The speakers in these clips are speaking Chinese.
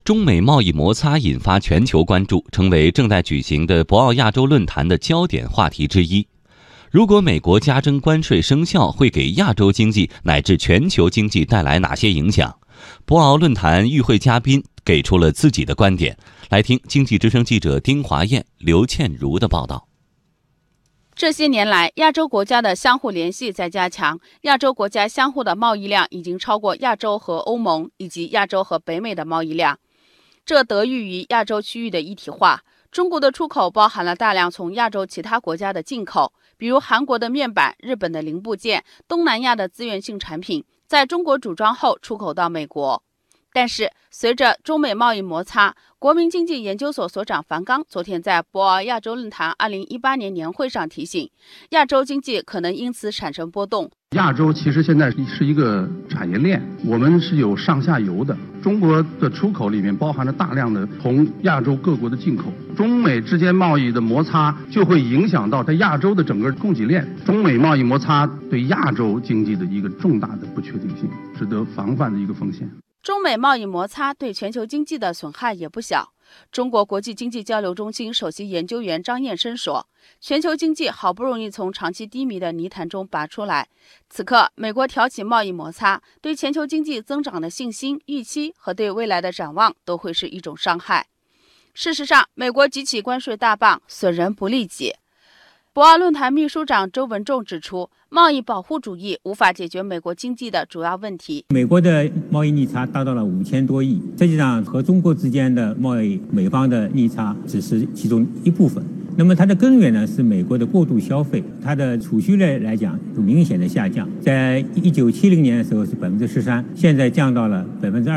中美贸易摩擦引发全球关注，成为正在举行的博鳌亚洲论坛的焦点话题之一。如果美国加征关税生效，会给亚洲经济乃至全球经济带来哪些影响？博鳌论坛与会嘉宾给出了自己的观点。来听经济之声记者丁华燕、刘倩如的报道。 这些年来，亚洲国家的相互联系在加强，亚洲国家相互的贸易量已经超过亚洲和欧盟以及亚洲和北美的贸易量。这得益于亚洲区域的一体化。中国的出口包含了大量从亚洲其他国家的进口，比如韩国的面板、日本的零部件、东南亚的资源性产品，在中国组装后出口到美国。但是，随着中美贸易摩擦，国民经济研究所所长樊纲昨天在博鳌亚洲论坛2018年年会上提醒，亚洲经济可能因此产生波动。 亚洲其实现在是一个产业链，我们是有上下游的。中国的出口里面包含了大量的从亚洲各国的进口，中美之间贸易的摩擦就会影响到在亚洲的整个供给链。中美贸易摩擦对亚洲经济的一个重大的不确定性，值得防范的一个风险。 中美贸易摩擦对全球经济的损害也不小。中国国际经济交流中心首席研究员张燕生说，全球经济好不容易从长期低迷的泥潭中拔出来，此刻美国挑起贸易摩擦，对全球经济增长的信心、预期和对未来的展望都会是一种伤害。事实上，美国举起关税大棒，损人不利己。博鳌论坛秘书长周文重指出，贸易保护主义无法解决美国经济的主要问题。 美国的贸易逆差达到了5000多亿，实际上和中国之间的贸易美方的逆差只是其中一部分。那么它的根源呢是美国的过度消费，它的储蓄率来讲有明显的下降，在1970年的时候是13%，现在降到了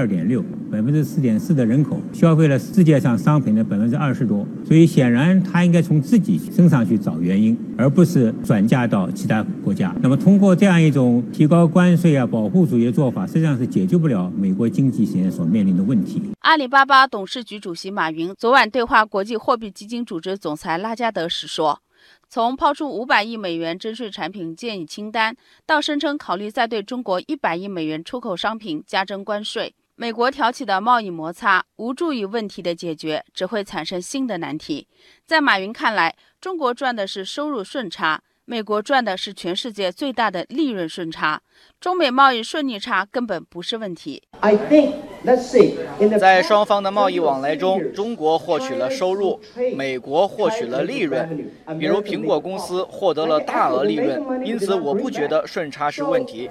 2.6%，4.4%的人口消费了世界上商品的20%多，所以显然它应该从自己身上去找原因，而不是转嫁到其他国家。那么通过这样一种提高关税保护主义的做法，实际上是解决不了美国经济现在所面临的问题。 阿里巴巴董事局主席马云昨晚对话国际货币基金组织总裁拉加德时说，从抛出500亿美元征税产品建议清单，到声称考虑再对中国100亿美元出口商品加征关税，美国挑起的贸易摩擦无助于问题的解决，只会产生新的难题。在马云看来，中国赚的是收入顺差，美国赚的是全世界最大的利润顺差，中美贸易顺逆差根本不是问题。 在双方的贸易往来中，中国获取了收入，美国获取了利润。比如苹果公司获得了大额利润，因此我不觉得顺差是问题。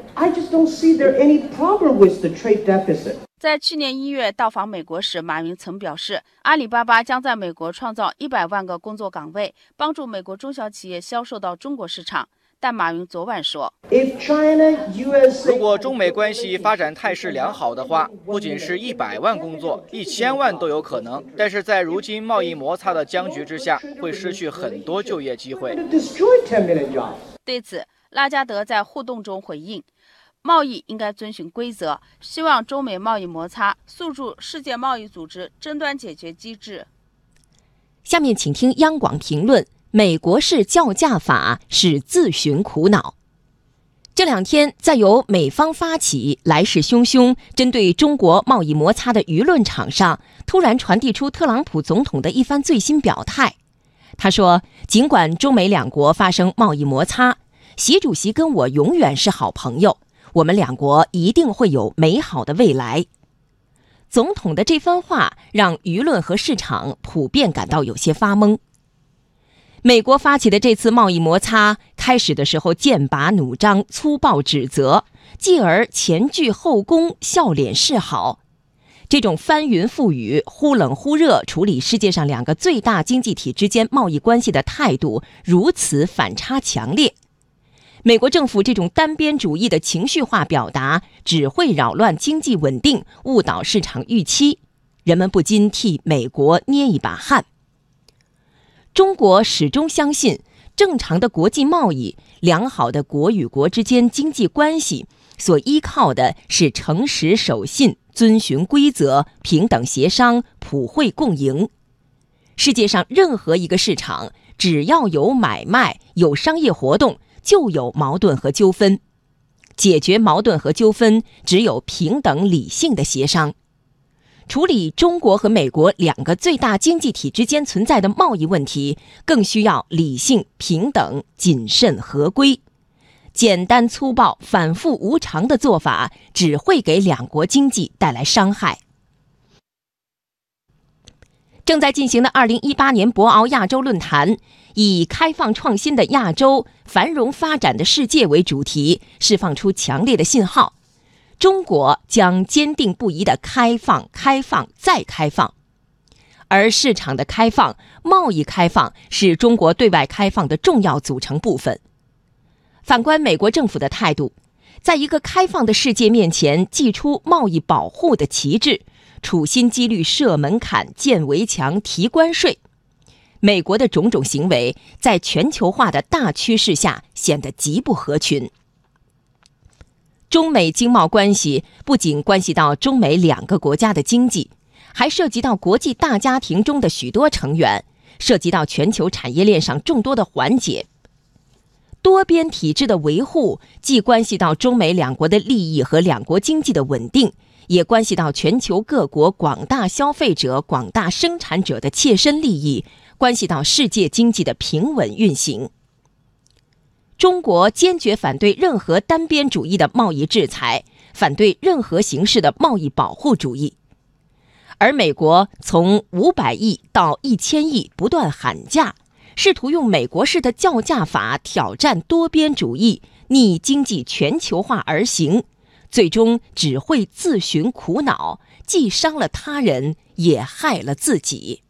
在去年1月到访美国时，马云曾表示，阿里巴巴将在美国创造100万个工作岗位，帮助美国中小企业销售到中国市场。但马云昨晚说， 如果中美关系发展态势良好的话，不仅是100万工作，1000万都有可能。但是在如今贸易摩擦的僵局之下，会失去很多就业机会。 对此，拉加德在互动中回应，贸易应该遵循规则，希望中美贸易摩擦诉诸世界贸易组织争端解决机制。 下面请听央广评论，美国式叫价法是自寻苦恼。这两天，在由美方发起来势汹汹针对中国贸易摩擦的舆论场上，突然传递出特朗普总统的一番最新表态。他说，尽管中美两国发生贸易摩擦，习主席跟我永远是好朋友，我们两国一定会有美好的未来。总统的这番话让舆论和市场普遍感到有些发懵。美国发起的这次贸易摩擦，开始的时候剑拔弩张、粗暴指责，继而前倨后恭、笑脸示好。这种翻云覆雨、忽冷忽热处理世界上两个最大经济体之间贸易关系的态度，如此反差强烈。美国政府这种单边主义的情绪化表达，只会扰乱经济稳定，误导市场预期，人们不禁替美国捏一把汗。中国始终相信，正常的国际贸易、良好的国与国之间经济关系，所依靠的是诚实守信、遵循规则、平等协商、普惠共赢。世界上任何一个市场，只要有买卖、有商业活动，就有矛盾和纠纷。解决矛盾和纠纷，只有平等理性的协商。 处理中国和美国两个最大经济体之间存在的贸易问题，更需要理性、平等、谨慎、合规。简单粗暴、反复无常的做法，只会给两国经济带来伤害。正在进行的2018年博鳌亚洲论坛，以开放创新的亚洲、繁荣发展的世界为主题，释放出强烈的信号。中国将坚定不移地开放、开放再开放。而市场的开放、贸易开放是中国对外开放的重要组成部分。反观美国政府的态度，在一个开放的世界面前祭出贸易保护的旗帜，处心积虑设门槛、建围墙、提关税。美国的种种行为在全球化的大趋势下显得极不合群。中美经贸关系不仅关系到中美两个国家的经济，还涉及到国际大家庭中的许多成员，涉及到全球产业链上众多的环节。多边体制的维护既关系到中美两国的利益和两国经济的稳定，也关系到全球各国广大消费者、广大生产者的切身利益，关系到世界经济的平稳运行。中国坚决反对任何单边主义的贸易制裁，反对任何形式的贸易保护主义。而美国从500亿到1000亿不断喊价，试图用美国式的叫价法挑战多边主义，逆经济全球化而行，最终只会自寻苦恼，既伤了他人，也害了自己。